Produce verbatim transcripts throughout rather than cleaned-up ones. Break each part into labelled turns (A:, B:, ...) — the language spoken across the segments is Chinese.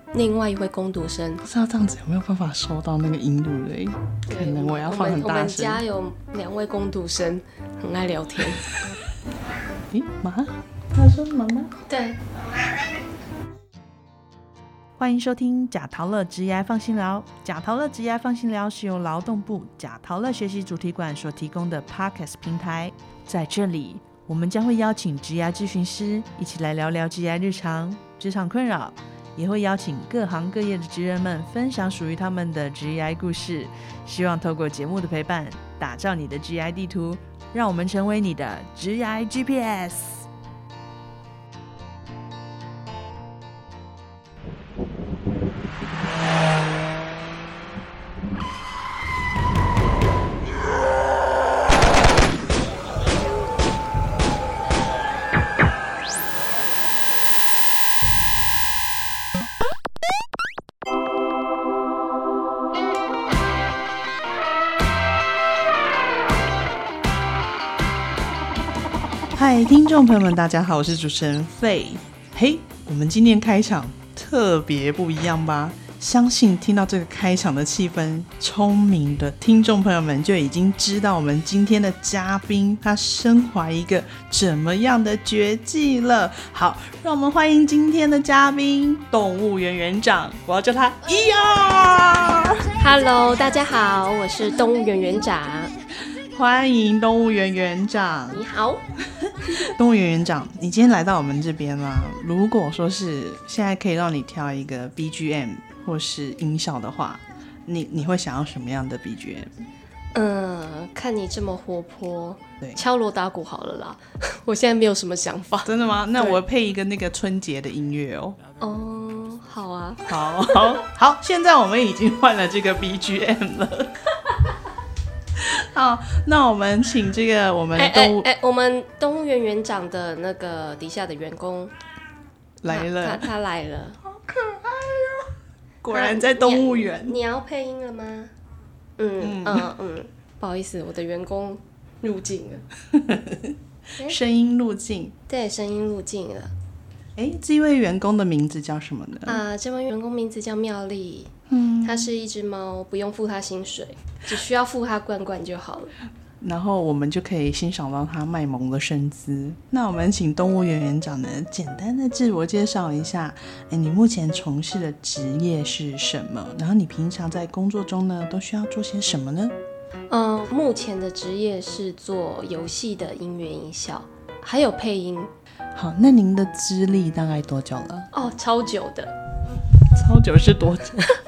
A: 另外一位工读生。
B: 不知道这样子有没有办法收到那个音录的？可能我要放很大声。
A: 我们家有两位工读生，很爱聊天。
B: 咦，妈？他说妈妈？
A: 对。
C: 欢迎收听贾陶乐职涯放心聊。贾陶乐职涯放心聊是由劳动部贾陶乐学习主题馆所提供的 Podcast 平台。在这里，我们将会邀请职涯咨询师一起来聊聊职涯日常、职场困扰，也会邀请各行各业的职人们分享属于他们的职涯故事。希望透过节目的陪伴，打造你的职涯地图，让我们成为你的职涯 G P S。
B: 嗨，听众朋友们，大家好，我是主持人费。嘿，我们今天开场特别不一样吧？相信听到这个开场的气氛，聪明的听众朋友们就已经知道我们今天的嘉宾他身怀一个怎么样的绝技了。好，让我们欢迎今天的嘉宾动物园园长，我要叫他伊儿。
A: Hello， 大家好，我是动物园园长。
B: 欢迎动物园园长。
A: 你好。
B: 动物园园长，你今天来到我们这边啦。如果说是现在可以让你挑一个 B G M 或是音效的话，你你会想要什么样的 B G M？
A: 嗯，看你这么活泼，
B: 对，
A: 敲锣打鼓好了啦。我现在没有什么想法。
B: 真的吗？那我配一个那个春节的音乐哦。
A: 哦，好啊，
B: 好，好，好，现在我们已经换了这个 B G M 了。好，那我们请这个我们动物，
A: 哎、欸欸，我们动物园园长的那个底下的员工
B: 来了，
A: 他 他, 他来了，
B: 好可爱哦！果然在动物园。
A: 你, 你要配音了吗？嗯嗯 嗯, 嗯，不好意思，我的员工入境了。
B: 声音入境，
A: 对，声音入境了。
B: 哎，这位员工的名字叫什么呢？
A: 啊、呃，这位员工名字叫妙丽。
B: 嗯，
A: 它是一只猫，不用付它薪水，只需要付它罐罐就好了。
B: 然后我们就可以欣赏到它卖萌的身姿。那我们请动物园园长呢，简单的自我介绍一下，哎，你目前从事的职业是什么？然后你平常在工作中呢，都需要做些什么呢？
A: 嗯，目前的职业是做游戏的音乐音效，还有配音。
B: 好，那您的资历大概多久了？
A: 哦，超久的。
B: 超久是多久？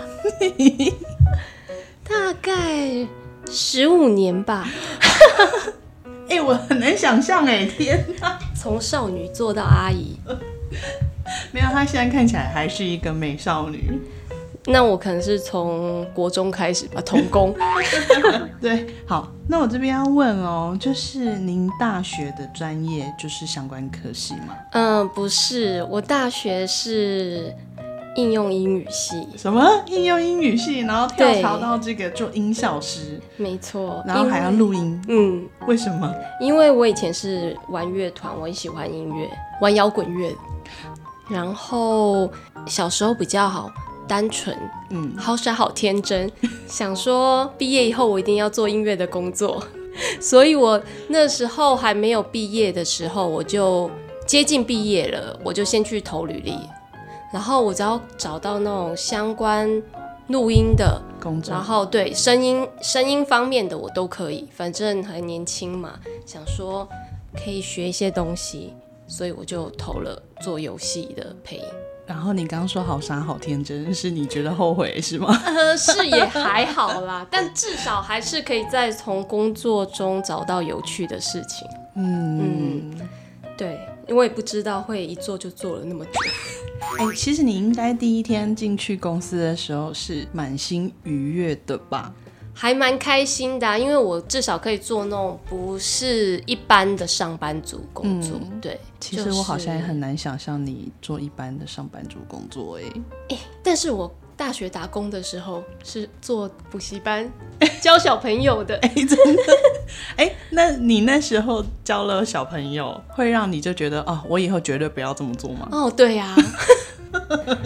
A: 大概十五年吧。
B: 哎、欸，我很难想象哎，天哪！
A: 从少女做到阿姨。
B: 没有，她现在看起来还是一个美少女。
A: 那我可能是从国中开始吧，童工。
B: 对，好，那我这边要问哦，就是您大学的专业就是相关科系吗？
A: 嗯，不是，我大学是应用英语系。
B: 什么应用英语系？然后跳槽到这个做音效师？
A: 没错，
B: 然后还要录音。
A: 嗯，
B: 为什么？
A: 因为我以前是玩乐团，我很喜欢音乐，玩摇滚乐。然后小时候比较好单纯，嗯，好傻好天真，想说毕业以后我一定要做音乐的工作。所以我那时候还没有毕业的时候，我就接近毕业了，我就先去投履历。然后我只要找到那种相关录音的
B: 工作，
A: 然后对声音声音方面的我都可以，反正还年轻嘛，想说可以学一些东西，所以我就投了做游戏的配音。
B: 然后你刚刚说好傻好天真，是你觉得后悔是吗？
A: 呃，是也还好啦，但至少还是可以再从工作中找到有趣的事情。嗯嗯，对，因为我也不知道会一做就做了那么久。
B: 哎、欸，其实你应该第一天进去公司的时候是满心愉悦的吧？
A: 还蛮开心的、啊，因为我至少可以做那种不是一般的上班族工作。嗯、对，
B: 其实我好像也很难想象你做一般的上班族工作哎、
A: 欸欸。但是我大学打工的时候是做补习班教小朋友的。
B: 哎、欸，真的？哎、欸，那你那时候教了小朋友，会让你就觉得哦，我以后绝对不要这么做吗？
A: 哦，对呀、啊。太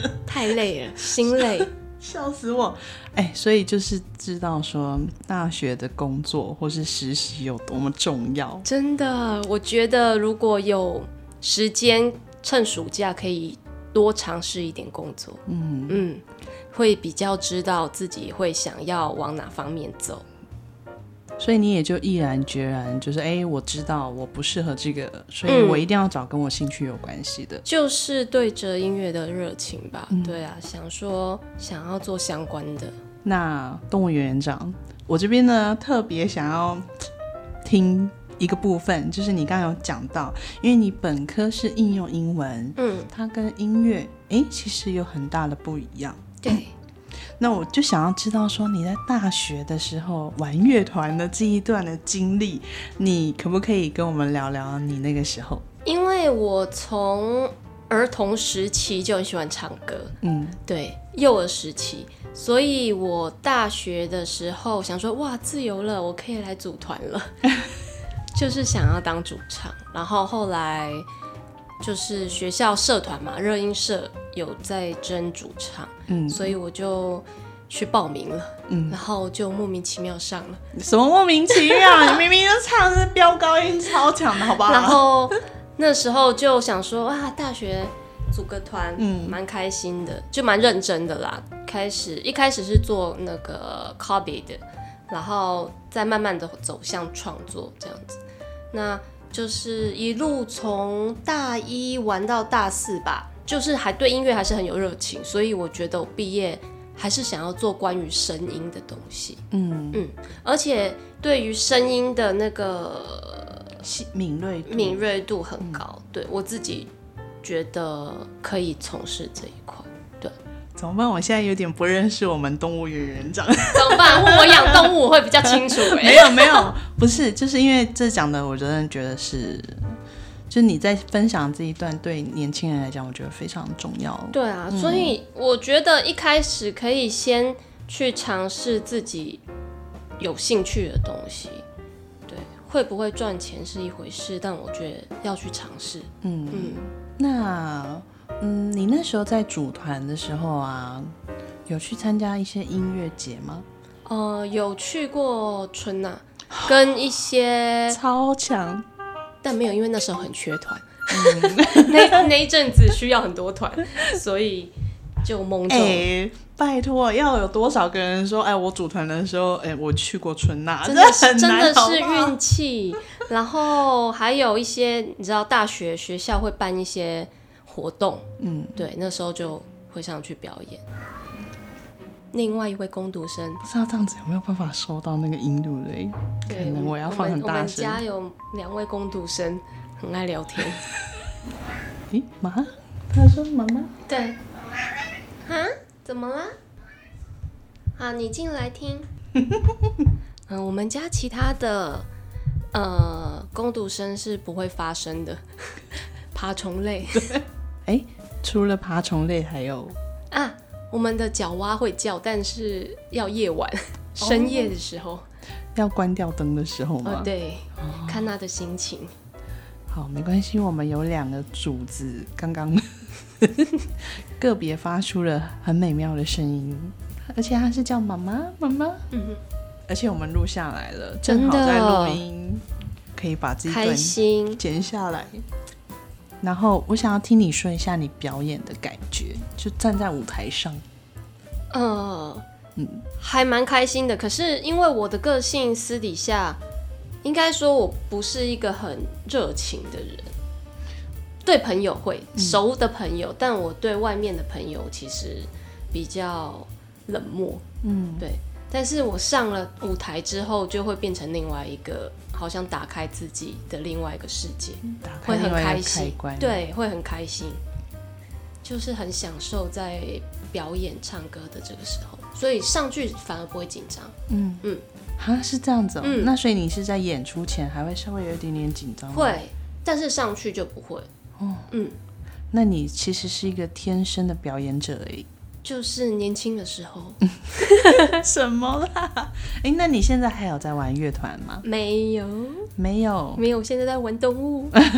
A: 太累了，心累。
B: 笑死我！哎，所以就是知道说大学的工作或是实习有多么重要。
A: 真的，我觉得如果有时间，趁暑假可以多尝试一点工作，嗯嗯，会比较知道自己会想要往哪方面走。
B: 所以你也就毅然决然，就是哎，我知道我不适合这个，所以我一定要找跟我兴趣有关系的，
A: 嗯、就是对着音乐的热情吧。嗯、对啊，想说想要做相关的。
B: 那动物园园长，我这边呢特别想要听一个部分，就是你刚刚有讲到，因为你本科是应用英文，嗯，它跟音乐哎其实有很大的不一样。
A: 对。嗯，
B: 那我就想要知道说你在大学的时候玩乐团的这一段的经历，你可不可以跟我们聊聊你那个时候？
A: 因为我从儿童时期就很喜欢唱歌，嗯，对，幼儿时期，所以我大学的时候想说，哇，自由了，我可以来组团了，就是想要当主唱。然后后来就是学校社团嘛，热音社有在争主唱，嗯，所以我就去报名了，嗯，然后就莫名其妙上了。
B: 什么莫名其妙？你明明就唱的是飙高音超强的，好不好？
A: 然后那时候就想说，啊，大学组个团，嗯，蛮开心的，就蛮认真的啦。开始一开始是做那个 copy 的，然后再慢慢的走向创作这样子。那就是一路从大一玩到大四吧，就是还对音乐还是很有热情，所以我觉得我毕业还是想要做关于声音的东西。嗯嗯，而且对于声音的那个
B: 敏锐度
A: 敏锐度很高，嗯，对我自己觉得可以从事这一块。对，
B: 怎么办？我现在有点不认识我们动物园园长，
A: 怎么办？问我养动物我会比较清楚。欸。
B: 没有没有，不是，就是因为这讲的，我真的觉得是，就是你在分享这一段对年轻人来讲，我觉得非常重要。
A: 对啊，嗯，所以我觉得一开始可以先去尝试自己有兴趣的东西。对，会不会赚钱是一回事，但我觉得要去尝试。嗯嗯，
B: 那。嗯，你那时候在组团的时候啊，有去参加一些音乐节吗？
A: 呃，有去过春吶，跟一些
B: 超强，
A: 但没有，因为那时候很缺团，嗯，那那一阵子需要很多团，所以就懵中。
B: 欸，拜托，要有多少个人说，哎，我组团的时候，哎，我去过春吶，
A: 真的是真的是运气。然后还有一些，你知道，大学学校会办一些活动，嗯，对，那时候就会上去表演。另外一位工读生，
B: 不知道这样子有没有办法收到那个音度的？可能我要放很大声。
A: 我们家有两位工读生，很爱聊天。
B: 咦，妈？他说妈妈？
A: 对。啊？怎么啦？好，你进来听。嗯，我们家其他的呃工读生是不会发声的，爬虫类。
B: 哎，除了爬虫类还有
A: 啊，我们的角蛙会叫，但是要夜晚、深夜的时候，哦，
B: 要关掉灯的时候吗？
A: 哦，对，哦，看他的心情。
B: 好，没关系，我们有两个主子刚刚个别发出了很美妙的声音，而且他是叫妈妈妈妈，嗯，而且我们录下来了，正好在录音，可以把这一段剪下来。然后我想要听你说一下你表演的感觉，就站在舞台上。
A: 呃，嗯，还蛮开心的。可是因为我的个性，私底下应该说我不是一个很热情的人，对朋友会，熟的朋友，嗯，但我对外面的朋友其实比较冷漠。嗯，对。但是我上了舞台之后，就会变成另外一个，好像打开自己的另外一个世界，
B: 打开另外一个开关，
A: 会很开心，对，会很开心，就是很享受在表演唱歌的这个时候，所以上去反而不会紧张。嗯
B: 嗯，哈，是这样子哦。嗯，那所以你是在演出前还会稍微有一点点紧张吗？
A: 会，但是上去就不会。哦，嗯，
B: 那你其实是一个天生的表演者哎。
A: 就是年轻的时候。
B: 什么啦？哎，那你现在还有在玩乐团吗？
A: 没有，
B: 没有，
A: 没有，现在在玩动物。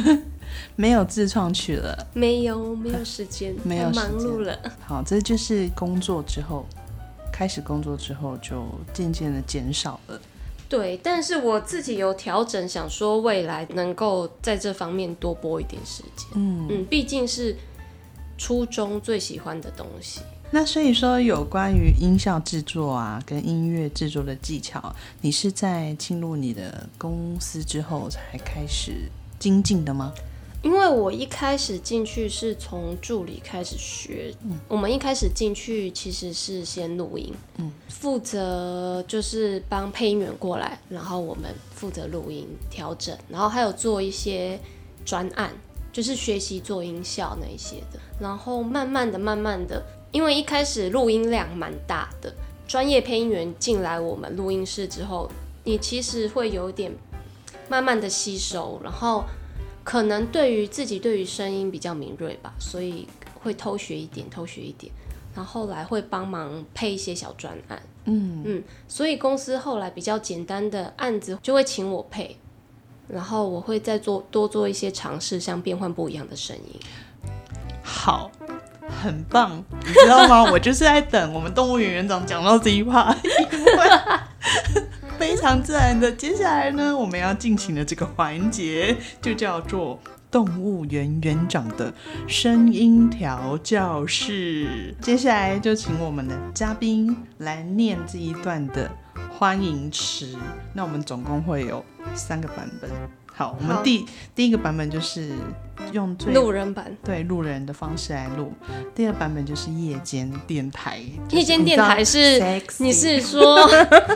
B: 没有自创曲了？
A: 没有，没有时间，
B: 没有时间，
A: 太忙碌了。
B: 好，这就是工作之后，开始工作之后就渐渐的减少了。
A: 对，但是我自己有调整，想说未来能够在这方面多拨一点时间。嗯嗯，毕竟是初中最喜欢的东西。
B: 那所以说，有关于音效制作啊，跟音乐制作的技巧，你是在进入你的公司之后才开始精进的吗？
A: 因为我一开始进去是从助理开始学，嗯、我们一开始进去其实是先录音，嗯，负责就是帮配音员过来，然后我们负责录音调整，然后还有做一些专案，就是学习做音效那一些的，然后慢慢的、慢慢的，因为一开始录音量蛮大的，专业配音员进来我们录音室之后，你其实会有点慢慢的吸收，然后。可能对于自己对于声音比较敏锐吧，所以会偷学一点，偷学一点，然后后来会帮忙配一些小专案，嗯嗯，所以公司后来比较简单的案子就会请我配，然后我会再做多做一些尝试，像变换不一样的声音。
B: 好，很棒，你知道吗？我就是在等我们动物园园长讲到这一 part， 因为非常自然的，接下来呢，我们要进行的这个环节就叫做动物园园长的声音调教室。接下来就请我们的嘉宾来念这一段的欢迎词。那我们总共会有三个版本。好，我们第第一个版本就是用最
A: 路人版，
B: 对路人的方式来录。第二版本就是夜间电台，
A: 夜间电台是
B: sexy
A: 你是说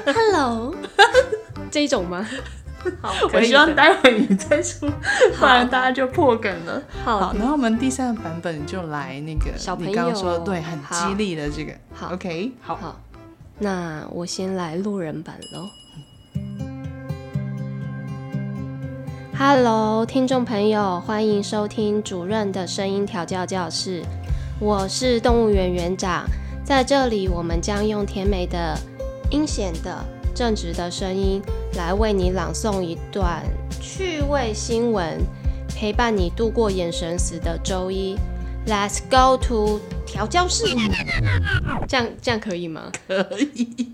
A: hello 这一种吗？好，
B: 我希望待会你再出，不然大家就破梗了。好，好，然后我们第三个版本就来那个
A: 小朋友，
B: 你刚刚说对，很激励的这个。
A: 好
B: ，OK， 好，
A: 好，那我先来路人版喽。Hello， 听众朋友，欢迎收听主任的声音调教教室。我是动物园园长，在这里我们将用甜美的、阴险的、正直的声音来为你朗诵一段趣味新闻，陪伴你度过眼神死的周一。Let's go to 调教室。这样这样可以吗？
B: 可以。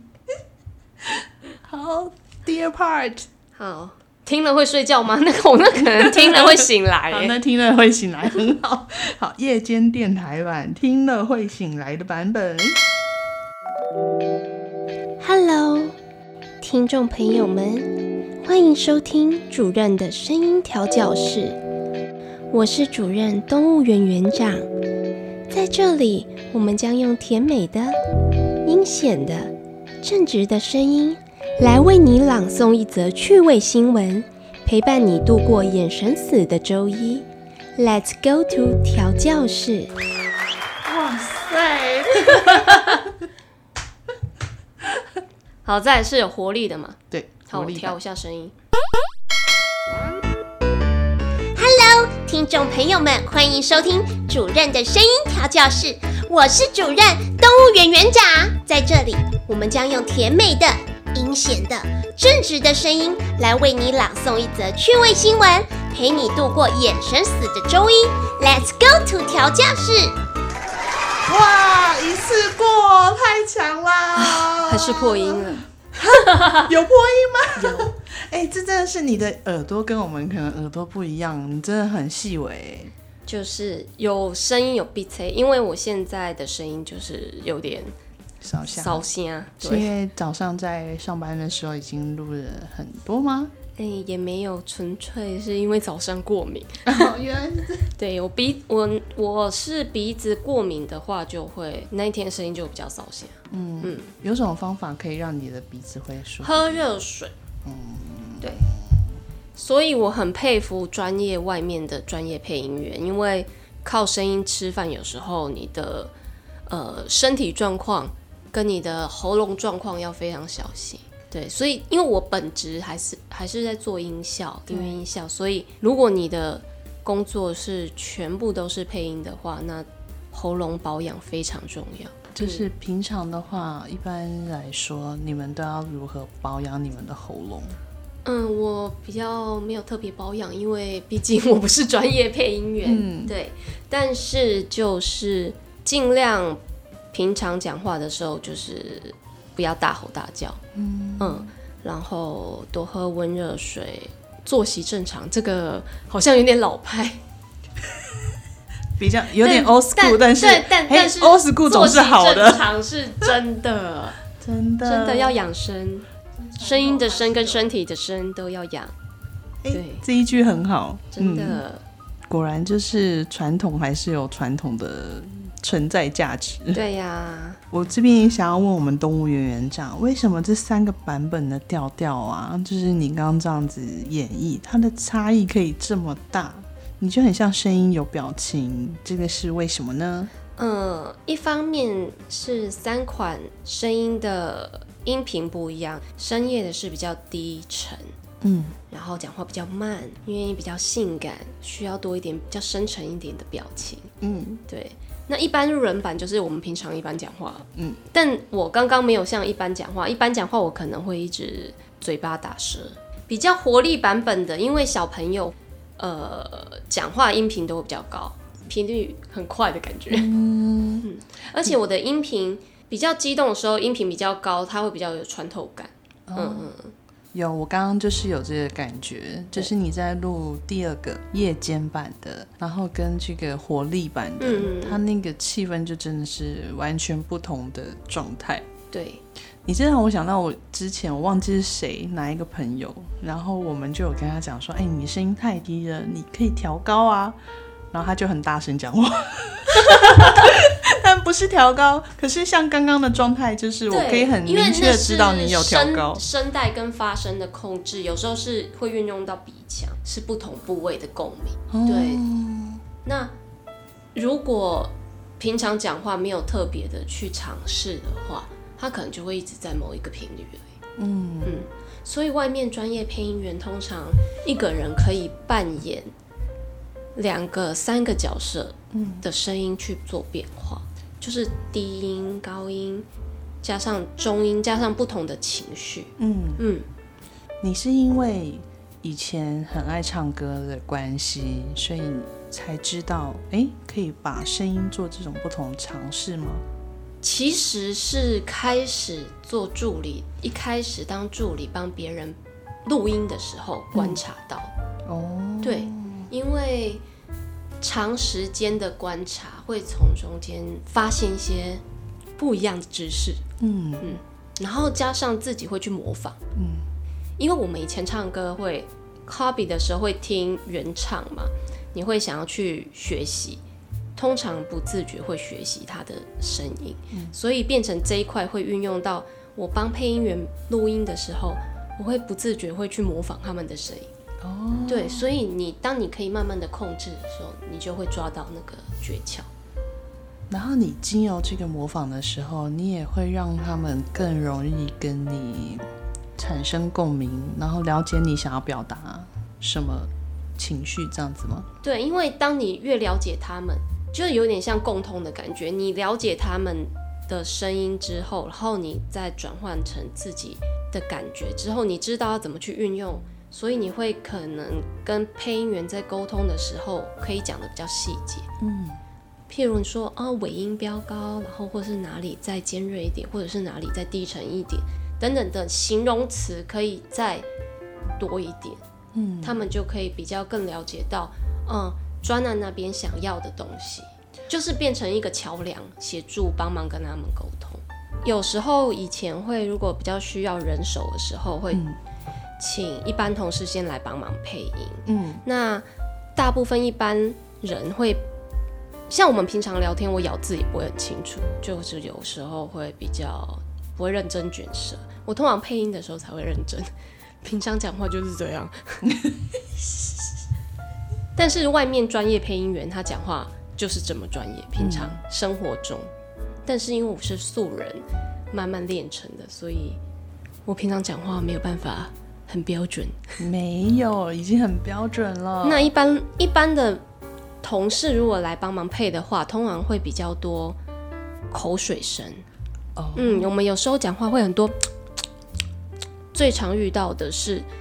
B: 好，第二 part。
A: 好。听了会睡觉吗？那个我那可能听了会醒来。
B: 好，那听了会醒来，很好。好，夜间电台版听了会醒来的版本。
A: Hello， 听众朋友们，欢迎收听主任的声音调教室。我是主任动物园园长，在这里我们将用甜美的、阴险的、正直的声音。来为你朗诵一则趣味新闻，陪伴你度过眼神死的周一。Let's go to 调教室。
B: 哇塞！
A: 好，再来是有活力的嘛？
B: 对，
A: 好，我调一下声音。
D: Hello， 听众朋友们，欢迎收听主任的声音调教室。我是主任动物园园长，在这里我们将用甜美的。阴险的、正直的声音来为你朗诵一则趣味新闻，陪你度过眼神死的周一。Let's go to 调教室！
B: 哇，一次过，太强啦！
A: 还是破音了？
B: 有破音吗？
A: 有。
B: 哎、欸，这真的是你的耳朵跟我们可能耳朵不一样，你真的很细微。
A: 就是有声音有鼻塞，因为我现在的声音就是有点。
B: 烧香，
A: 烧香，
B: 因为早上在上班的时候已经录了很多吗？
A: 欸、也没有，纯粹是因为早上过敏。
B: 哦，原来是
A: 对我鼻我我是鼻子过敏的话，就会那一天声音就比较烧香。
B: 嗯嗯，有什么方法可以让你的鼻子会舒服？
A: 喝热水。嗯，对。所以我很佩服专业外面的专业配音员，因为靠声音吃饭，有时候你的呃身体状况。跟你的喉咙状况要非常小心，对，所以因为我本职还是还是在做音效，音乐音效，所以如果你的工作是全部都是配音的话，那喉咙保养非常重要。
B: 就是平常的话，一般来说，你们都要如何保养你们的喉咙？
A: 嗯，我比较没有特别保养，因为毕竟我不是专业配音员。嗯，对。但是就是尽量平常讲话的时候，就是不要大吼大叫。嗯嗯，然后多喝温热水，作息正常。这个好像有点老派。
B: 比较有点 old school， 但是
A: 但但但是
B: old school 总是好的，
A: 正常是真的，
B: 真的
A: 真的要养生，声音的声跟身体的声都要养。对，
B: 这一句很好，
A: 真的、
B: 嗯，果然就是传统还是有传统的存在价值。
A: 对呀、啊，
B: 我这边也想要问我们动物园园长，为什么这三个版本的调调啊，就是你刚刚这样子演绎，它的差异可以这么大？你就很像声音有表情，这个是为什么呢？
A: 嗯，一方面是三款声音的音频不一样，深夜的是比较低沉，嗯，然后讲话比较慢，因为比较性感，需要多一点比较深沉一点的表情，嗯，对。那一般路人版就是我们平常一般讲话，嗯，但我刚刚没有像一般讲话，一般讲话我可能会一直嘴巴打舌，比较活力版本的，因为小朋友。呃，讲话音频都会比较高，频率很快的感觉。嗯嗯，而且我的音频比较激动的时候，音频比较高，它会比较有穿透感。哦、嗯嗯，
B: 有，我刚刚就是有这个感觉，就是你在录第二个夜间版的，然后跟这个活力版的，嗯、它那个气氛就真的是完全不同的状态。
A: 对。
B: 你这让我想到我之前我忘记是谁哪一个朋友，然后我们就有跟他讲说，哎、欸，你声音太低了，你可以调高啊，然后他就很大声讲话，但不是调高，可是像刚刚的状态，就是我可以很明确的知道你有调高。
A: 声带跟发声的控制，有时候是会运用到鼻腔，是不同部位的共鸣。哦、对，那如果平常讲话没有特别的去尝试的话。他可能就会一直在某一个频率而已。嗯嗯，所以外面专业配音员通常一个人可以扮演两个、三个角色的声音去做变化，嗯、就是低音、高音，加上中音，加上不同的情绪。嗯嗯，
B: 你是因为以前很爱唱歌的关系，所以才知道，哎，可以把声音做这种不同尝试吗？
A: 其实是开始做助理，一开始当助理帮别人录音的时候观察到。嗯、哦，对，因为长时间的观察会从中间发现一些不一样的知识。嗯嗯，然后加上自己会去模仿。嗯，因为我们以前唱歌会 copy 的时候会听原唱嘛，你会想要去学习。通常不自觉会学习他的声音，嗯、所以变成这一块会运用到我帮配音员录音的时候，我会不自觉会去模仿他们的声音。哦，对，所以你当你可以慢慢的控制的时候，你就会抓到那个诀窍。
B: 然后你经由这个模仿的时候，你也会让他们更容易跟你产生共鸣，然后了解你想要表达什么情绪，这样子吗？
A: 对，因为当你越了解他们。就有点像共通的感觉，你了解他们的声音之后，然后你再转换成自己的感觉之后，你知道要怎么去运用，所以你会可能跟配音员在沟通的时候可以讲的比较细节。嗯，譬如你说啊、哦、尾音飙高，然后或是哪里再尖锐一点，或者是哪里再低沉一点等等的形容词可以再多一点。嗯，他们就可以比较更了解到，嗯。专案那边想要的东西，就是变成一个桥梁，协助帮忙跟他们沟通。有时候以前会，如果比较需要人手的时候，会请一般同事先来帮忙配音。嗯，那大部分一般人会，像我们平常聊天，我咬字也不会很清楚，就是有时候会比较不会认真卷舌。我通常配音的时候才会认真，平常讲话就是这样。但是外面专业配音员他讲话就是这么专业，平常生活中，嗯、但是因为我是素人，慢慢练成的，所以我平常讲话没有办法很标准。
B: 没有，已经很标准了。
A: 那一般一般的同事如果来帮忙配的话，通常会比较多口水声。哦，嗯，我们有时候讲话会很多，最常遇到的是。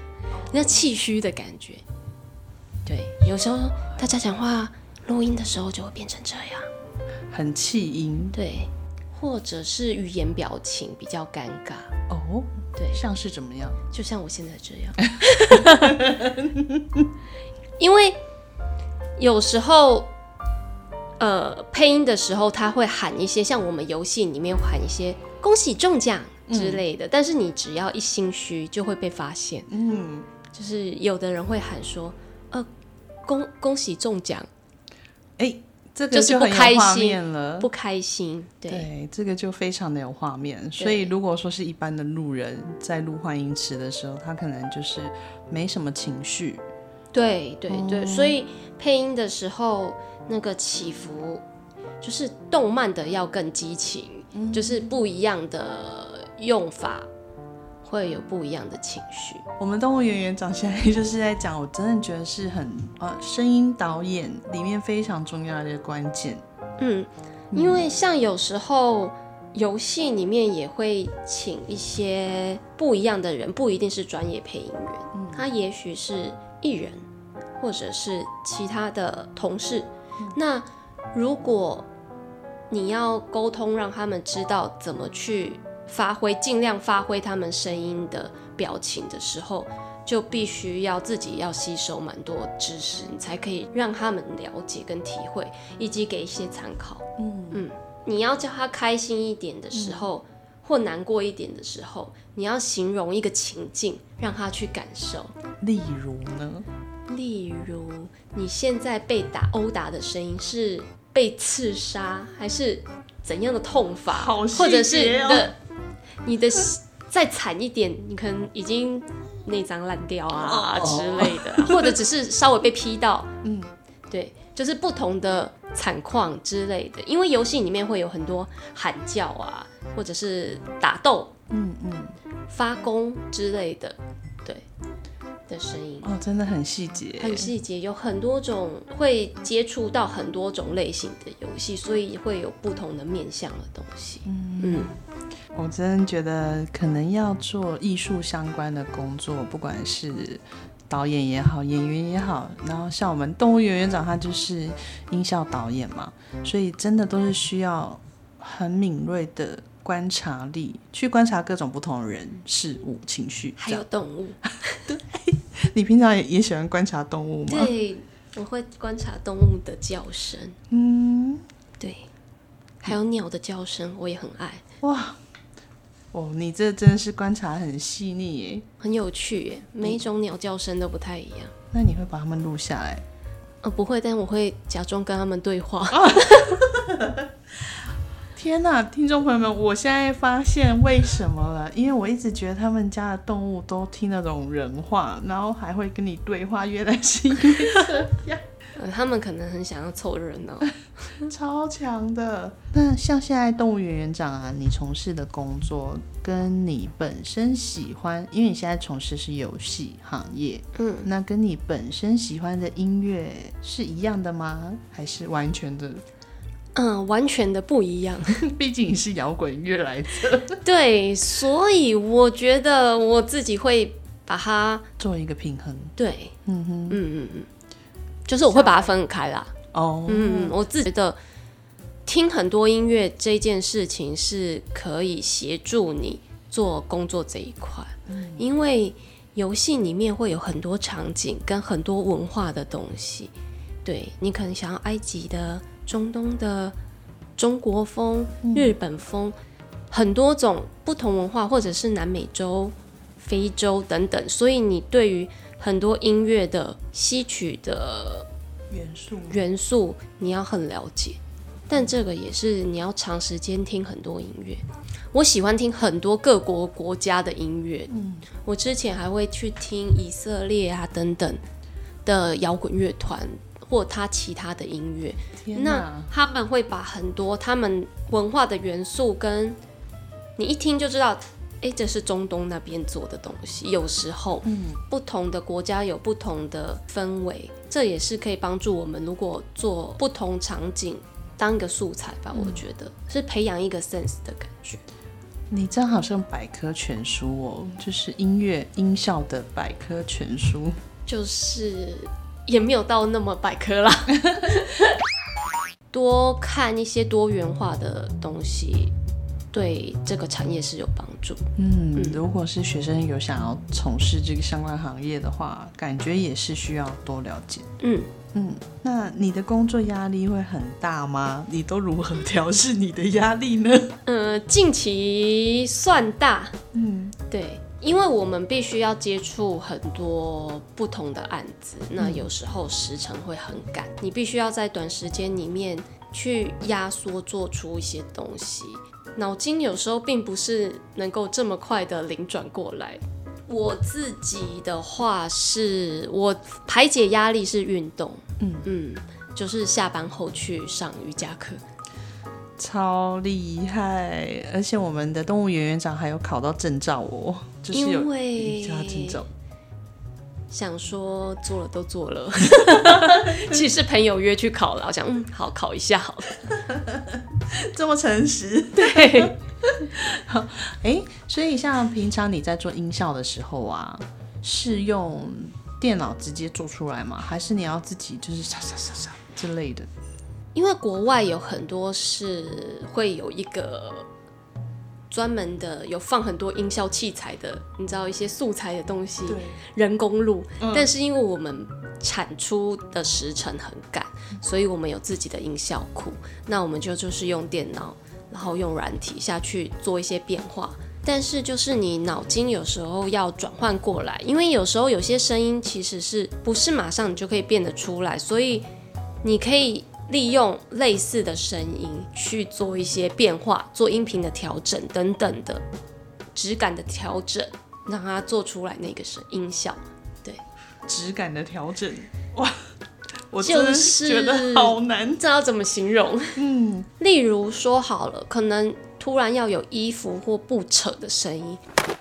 A: 那气虚的感觉。对，有时候大家讲话录音的时候就会变成这样，
B: 很气音。
A: 对，或者是语言表情比较尴尬。
B: 哦，
A: 对，
B: 像是怎么样？
A: 就像我现在这样。因为有时候呃配音的时候他会喊一些，像我们游戏里面喊一些恭喜中奖之类的、嗯、但是你只要一心虚就会被发现。嗯，就是有的人会喊说呃恭恭喜中奖，
B: 哎、欸，这个就很有画面了，
A: 不开心。对，
B: 对，这个就非常的有画面。所以如果说是一般的路人在录幻音池的时候，他可能就是没什么情绪。
A: 对对对、哦，所以配音的时候那个起伏就是动漫的要更激情、嗯、就是不一样的用法会有不一样的情绪。
B: 我们动物园园长现在就是在讲，我真的觉得是很呃声音导演里面非常重要的关键。
A: 嗯，因为像有时候游戏里面也会请一些不一样的人，不一定是专业配音员、嗯、他也许是艺人或者是其他的同事、嗯、那如果你要沟通让他们知道怎么去发挥，尽量发挥他们声音的表情的时候，就必须要自己要吸收蛮多知识，你才可以让他们了解跟体会，以及给一些参考。嗯嗯，你要叫他开心一点的时候、嗯、或难过一点的时候，你要形容一个情境让他去感受。
B: 例如呢？
A: 例如你现在被打殴打的声音是被刺杀还是怎样的痛法，
B: 好细节哦，
A: 或者是你的你的再惨一点，你可能已经内脏烂掉啊、oh. 之类的，或者只是稍微被劈到，嗯，对，就是不同的惨况之类的。因为游戏里面会有很多喊叫啊，或者是打斗，嗯嗯，发功之类的，对的声音
B: 哦，真的很细节，
A: 很细节，有很多种，会接触到很多种类型的游戏，所以会有不同的面向的东西。嗯嗯，
B: 我真的觉得可能要做艺术相关的工作，不管是导演也好，演员也好，然后像我们动物园园长他就是音效导演嘛，所以真的都是需要很敏锐的观察力，去观察各种不同的人、事物、情绪，
A: 还有动物。
B: 对，你平常 也, 也喜欢观察动物吗？
A: 对，我会观察动物的叫声。嗯，对，还有鸟的叫声，我也很爱。哇，
B: 哦，你这真的是观察很细腻耶，
A: 很有趣耶，每一种鸟叫声都不太一样。
B: 那你会把它们录下来？
A: 呃，不会，但我会假装跟他们对话。
B: 天哪，听众朋友们，我现在发现为什么了，因为我一直觉得他们家的动物都听那种人话，然后还会跟你对话，原来是因为这样。
A: 呃、他们可能很想要凑热闹。
B: 超强的。那像现在动物园园长啊，你从事的工作跟你本身喜欢，因为你现在从事是游戏行业，嗯，那跟你本身喜欢的音乐是一样的吗？还是完全的？
A: 嗯，完全的不一样。
B: 毕竟你是摇滚乐来的。
A: 对，所以我觉得我自己会把它
B: 做一个平衡。
A: 对，嗯哼，嗯嗯嗯，就是我会把它分开啦。哦，嗯，我自己觉得听很多音乐这件事情是可以协助你做工作这一块，嗯，因为游戏里面会有很多场景跟很多文化的东西。对，你可能想要埃及的、中东的、中国风、日本风，很多种不同文化，或者是南美洲、非洲等等，所以你对于很多音乐的吸取的
B: 元素
A: 元素你要很了解，但这个也是你要长时间听很多音乐。我喜欢听很多各国国家的音乐，嗯，我之前还会去听以色列啊等等的摇滚乐团或他其他的音乐，那他们会把很多他们文化的元素跟你一听就知道，哎，这是中东那边做的东西。有时候，嗯，不同的国家有不同的氛围，这也是可以帮助我们，如果做不同场景当一个素材吧，嗯，我觉得是培养一个 sense 的感觉。
B: 你这样好像百科全书哦，就是音乐音效的百科全书。
A: 就是也没有到那么百科啦。多看一些多元化的东西，对这个产业是有帮助。
B: 嗯，嗯如果是学生有想要从事这个相关行业的话，感觉也是需要多了解。
A: 嗯
B: 嗯，那你的工作压力会很大吗？你都如何调试你的压力呢？
A: 呃，近期算大。
B: 嗯，
A: 对。因为我们必须要接触很多不同的案子，那有时候时程会很赶，你必须要在短时间里面去压缩做出一些东西，脑筋有时候并不是能够这么快的灵转过来。我自己的话是，我排解压力是运动，嗯嗯，就是下班后去上瑜伽课。
B: 超厉害！而且我们的动物园园长还有考到证照哦，就是有瑜伽证照。
A: 想说做了都做了，其实是朋友约去考了，我想嗯好考一下好了。
B: 这么诚实，
A: 对。
B: 好，哎，所以像平常你在做音效的时候啊，是用电脑直接做出来吗？还是你要自己就是啥啥啥啥之类的？
A: 因为国外有很多是会有一个专门的，有放很多音效器材的，你知道一些素材的东西，人工录、嗯。但是因为我们产出的时程很赶，所以我们有自己的音效库。那我们就就是用电脑，然后用软体下去做一些变化。但是就是你脑筋有时候要转换过来，因为有时候有些声音其实是不是马上你就可以变得出来，所以你可以利用类似的声音去做一些变化，做音频的调整等等的质感的调整，让它做出来那个声音效。对，
B: 质感的调整，哇，我真的觉得好难，
A: 这要怎么形容？
B: 嗯，
A: 例如说好了，可能突然要有衣服或布扯的声音。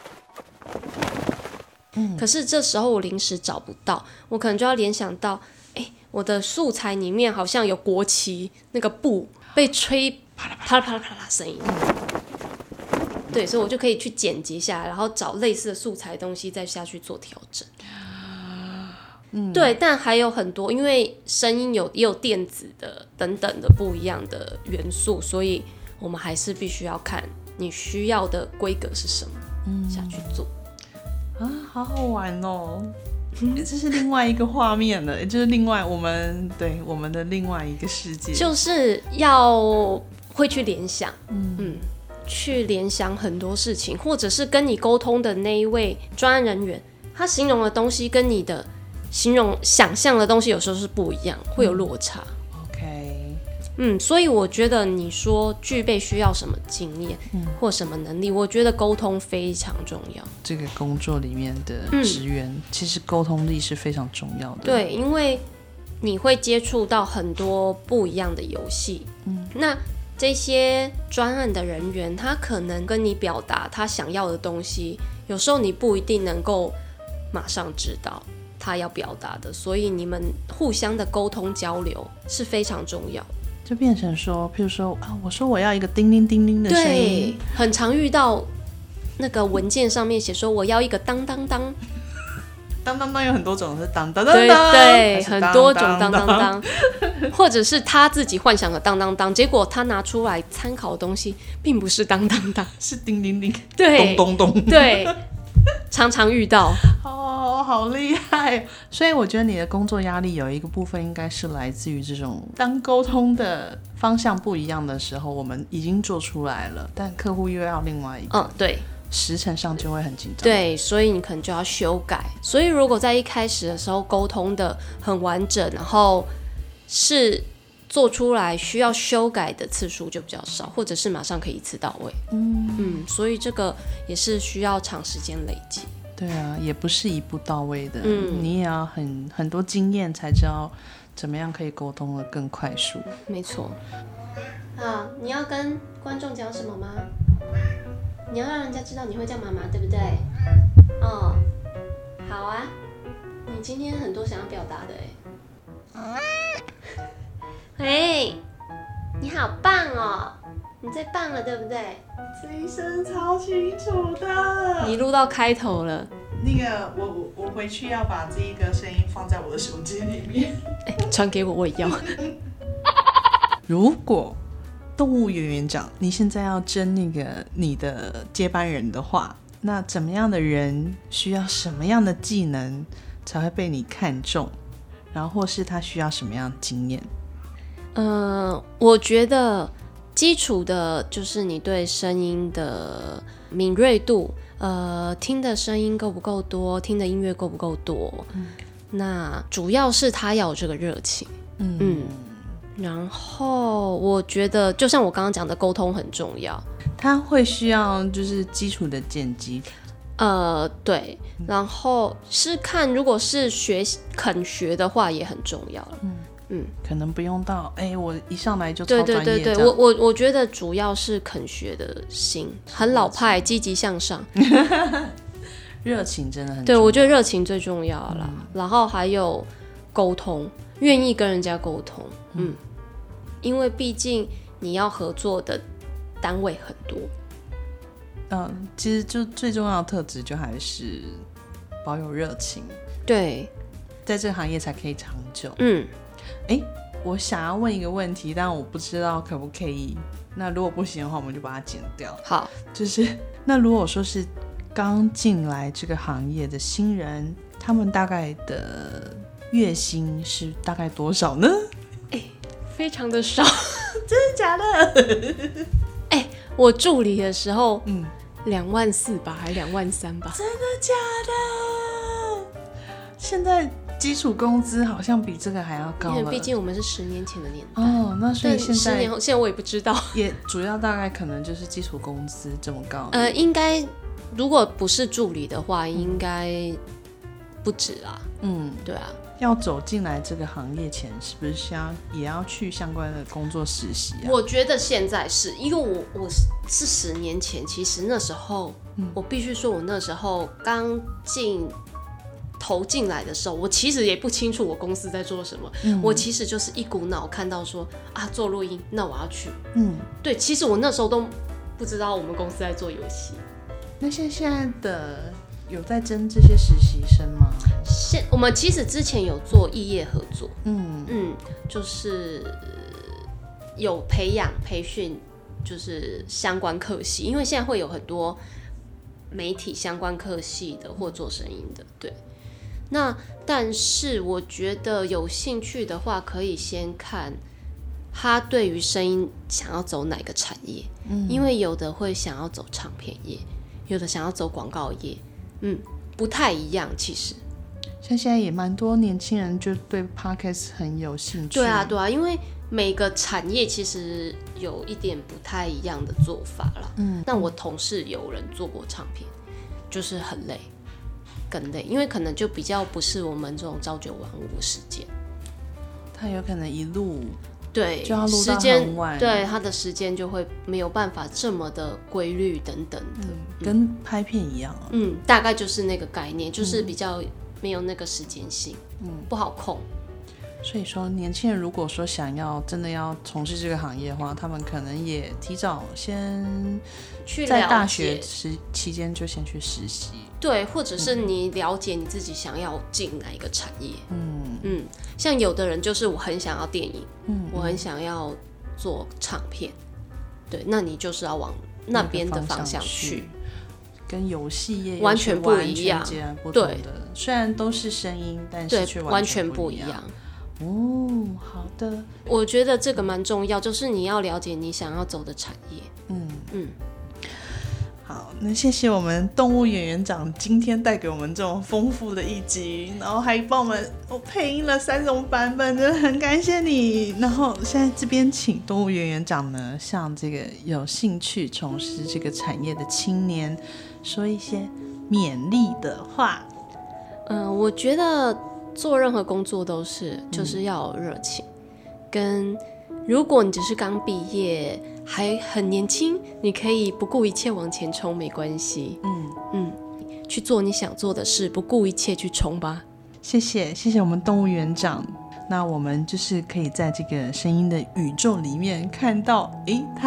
A: 嗯，可是这时候我临时找不到，我可能就要联想到，哎，我的素材里面好像有国旗那个布被吹啪啦啪啦啪啦啪啦声音，对，所以我就可以去剪辑下来，然后找类似的素材的东西再下去做调整。嗯，对，但还有很多，因为声音有也有电子的等等的不一样的元素，所以我们还是必须要看你需要的规格是什么，嗯，下去做。
B: 啊，好好玩哦！这是另外一个画面了，就是另外我们对我们的另外一个世界，
A: 就是要会去联想，嗯嗯，去联想很多事情，或者是跟你沟通的那一位专案人员，他形容的东西跟你的形容想象的东西有时候是不一样，会有落差。
B: 嗯、OK，
A: 嗯，所以我觉得你说具备需要什么经验、嗯、或什么能力，我觉得沟通非常重要。
B: 这个工作里面的职员、嗯、其实沟通力是非常重要的。
A: 对，因为你会接触到很多不一样的游戏、嗯、那这些专案的人员他可能跟你表达他想要的东西，有时候你不一定能够马上知道他要表达的，所以你们互相的沟通交流是非常重要的。
B: 就变成说，譬如说啊，我说我要一个叮铃叮铃的声音，
A: 对，很常遇到那个文件上面写说我要一个当当当，
B: 当当当有很多种，是当当当，
A: 对对，很多种当当当，或者是他自己幻想的当当当，结果他拿出来参考的东西并不是当当当，
B: 是叮铃铃，
A: 对，
B: 咚咚咚，
A: 对，常常遇到。
B: 哦，好厉害！所以我觉得你的工作压力有一个部分应该是来自于这种，当沟通的方向不一样的时候，我们已经做出来了，但客户又要另外一个，
A: 嗯，对，
B: 时程上就会很紧张。
A: 对，所以你可能就要修改。所以如果在一开始的时候沟通的很完整，然后是做出来需要修改的次数就比较少，或者是马上可以一次到位。嗯嗯，所以这个也是需要长时间累积。
B: 对啊，也不是一步到位的，嗯、你也要很很多经验才知道怎么样可以沟通的更快速。
A: 没错。好，你要跟观众讲什么吗？你要让人家知道你会叫妈妈，对不对？哦，好啊。你今天很多想要表达的哎。
D: 喂，你好棒哦！ 你最棒了，对不对？
B: 这一声超清楚的。
A: 你录到开头了。
B: 那个，我我我回去要把这一个声音放在我的手机里面。
A: 哎，传给我，我也要。
B: 如果动物园园长，你现在要争那个你的接班人的话，那怎么样的人需要什么样的技能才会被你看中？然后或是他需要什么样的经验？
A: 呃，我觉得基础的就是你对声音的敏锐度，呃，听的声音够不够多，听的音乐够不够多。嗯，那主要是他要有这个热情。嗯嗯，然后我觉得就像我刚刚讲的，沟通很重要。
B: 他会需要就是基础的剪辑。
A: 呃，对，然后是看如果是学肯学的话也很重要了。嗯
B: 嗯，可能不用到哎、欸，我一上来就超专业。
A: 对对对对，我我我觉得主要是肯学的心，很老派，积极向上，
B: 热情真的很重要。
A: 对，我觉得热情最重要啦。嗯、然后还有沟通，愿意跟人家沟通。嗯，因为毕竟你要合作的单位很多。
B: 嗯，其实就最重要的特质就还是保有热情。
A: 对，
B: 在这个行业才可以长久。
A: 嗯。
B: 哎，我想要问一个问题，但我不知道可不可以。那如果不行的话，我们就把它剪掉。
A: 好，
B: 就是那如果说是刚进来这个行业的新人，他们大概的月薪是大概多少呢？
A: 哎，非常的少。
B: 真的假的？
A: 哎，我助理的时候，嗯，两万四吧，还两万三吧？
B: 真的假的？现在。基础工资好像比这个还要高了，
A: 因为毕竟我们是十年前的年代
B: 哦。那所以现在
A: 十年后，现在我也不知道，
B: 也主要大概可能就是基础工资这么高。
A: 呃，应该如果不是助理的话，应该不止啊。嗯，对啊。
B: 要走进来这个行业前，是不是想也要去相关的工作实习啊？
A: 我觉得现在是因为我我是十年前，其实那时候、嗯、我必须说，我那时候刚进。投进来的时候，我其实也不清楚我公司在做什么、嗯、我其实就是一股脑看到说啊做录音，那我要去。嗯，对，其实我那时候都不知道我们公司在做游戏。
B: 那现现在的有在争这些实习生吗？
A: 现我们其实之前有做异业合作，嗯嗯，就是有培养培训，就是相关科系，因为现在会有很多媒体相关科系的或做声音的，对。那但是我觉得有兴趣的话，可以先看他对于声音想要走哪个产业、嗯、因为有的会想要走唱片业，有的想要走广告业，嗯，不太一样。其实
B: 像现在也蛮多年轻人就对 Podcast 很有兴趣。
A: 对啊对啊，因为每个产业其实有一点不太一样的做法啦。嗯，但我同事有人做过唱片，就是很累更累，因为可能就比较不是我们这种朝九晚五的时间，
B: 他有可能一路
A: 对
B: 就要录到很晚，
A: 对他的时间就会没有办法这么的规律等等的、嗯
B: 嗯、跟拍片一样啊。
A: 嗯，大概就是那个概念，就是比较没有那个时间性，嗯，不好控。
B: 所以说年轻人如果说想要真的要从事这个行业的话，他们可能也提早先
A: 去
B: 在大学期间就先去实习，
A: 对，或者是你了解你自己想要进哪一个产业。嗯嗯，像有的人就是我很想要电影，嗯，我很想要做唱片，对，那你就是要往那边的方向去，
B: 跟游戏业
A: 完全不一样，
B: 截然不同的。虽然都是声音，但是却
A: 完全不一样。
B: 哦，好的，
A: 我觉得这个蛮重要，就是你要了解你想要走的产业。嗯嗯，
B: 好，那谢谢我们动物园园长今天带给我们这种丰富的一集，然后还帮我们我配音了三种版本，真的很感谢你。然后现在这边请动物园园长呢，向这个有兴趣从事这个产业的青年说一些勉励的话。
A: 嗯、呃，我觉得做任何工作都是就是要有热情、嗯、跟如果你只是刚毕业还很年轻，你可以不顾一切往前冲，没关系。嗯嗯，去做你想做的事，不顾一切去冲吧。
B: 谢谢谢谢我们动物园长。那我们就是可以在这个声音的宇宙里面看到，诶，他就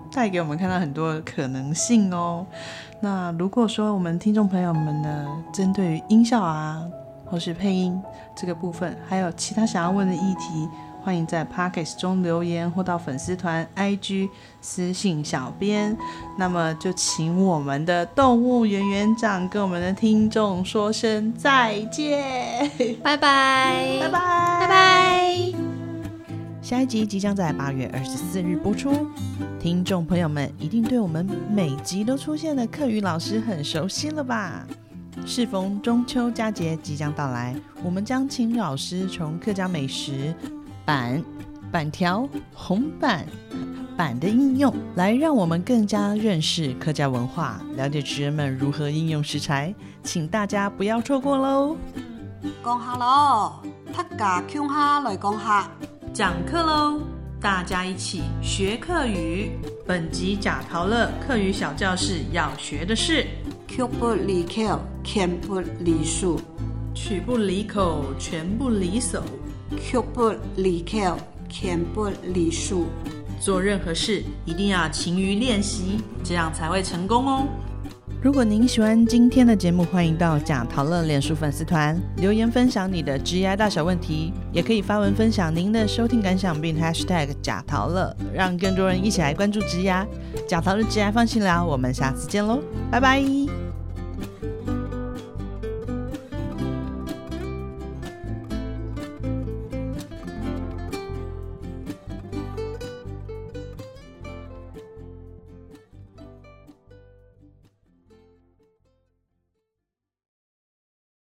B: 带给我们看到很多可能性哦。那如果说我们听众朋友们呢，针对于音效啊或是配音这个部分，还有其他想要问的议题，欢迎在 Podcast 中留言或到粉丝团 I G 私信小编。那么就请我们的动物园园长跟我们的听众说声再见，
A: 拜拜，
B: 拜拜，
D: 拜拜。
C: 下一集即将在八月二十四日播出，听众朋友们一定对我们每集都出现的客语老师很熟悉了吧？适逢中秋佳节即将到来，我们将请老师从客家美食板、板条、红板、板的应用，来让我们更加认识客家文化，了解职人们如何应用食材，请大家不要错过喽！
E: 講下咯，大家共下來講下。
C: 讲课喽！大家一起学客语。本集假陶乐客语小教室要学的是
E: 曲不離口，拳不離手。
C: 曲不离口，拳不离手。
E: 曲不離口，拳不離手。
C: 做任何事一定要勤于练习，这样才会成功哦。如果您喜欢今天的节目，欢迎到假陶乐脸书粉丝团留言分享你的职业大小问题，也可以发文分享您的收听感想，并 hashtag 假陶乐，让更多人一起来关注职业。假陶乐职业放心聊，我们下次见喽，拜拜。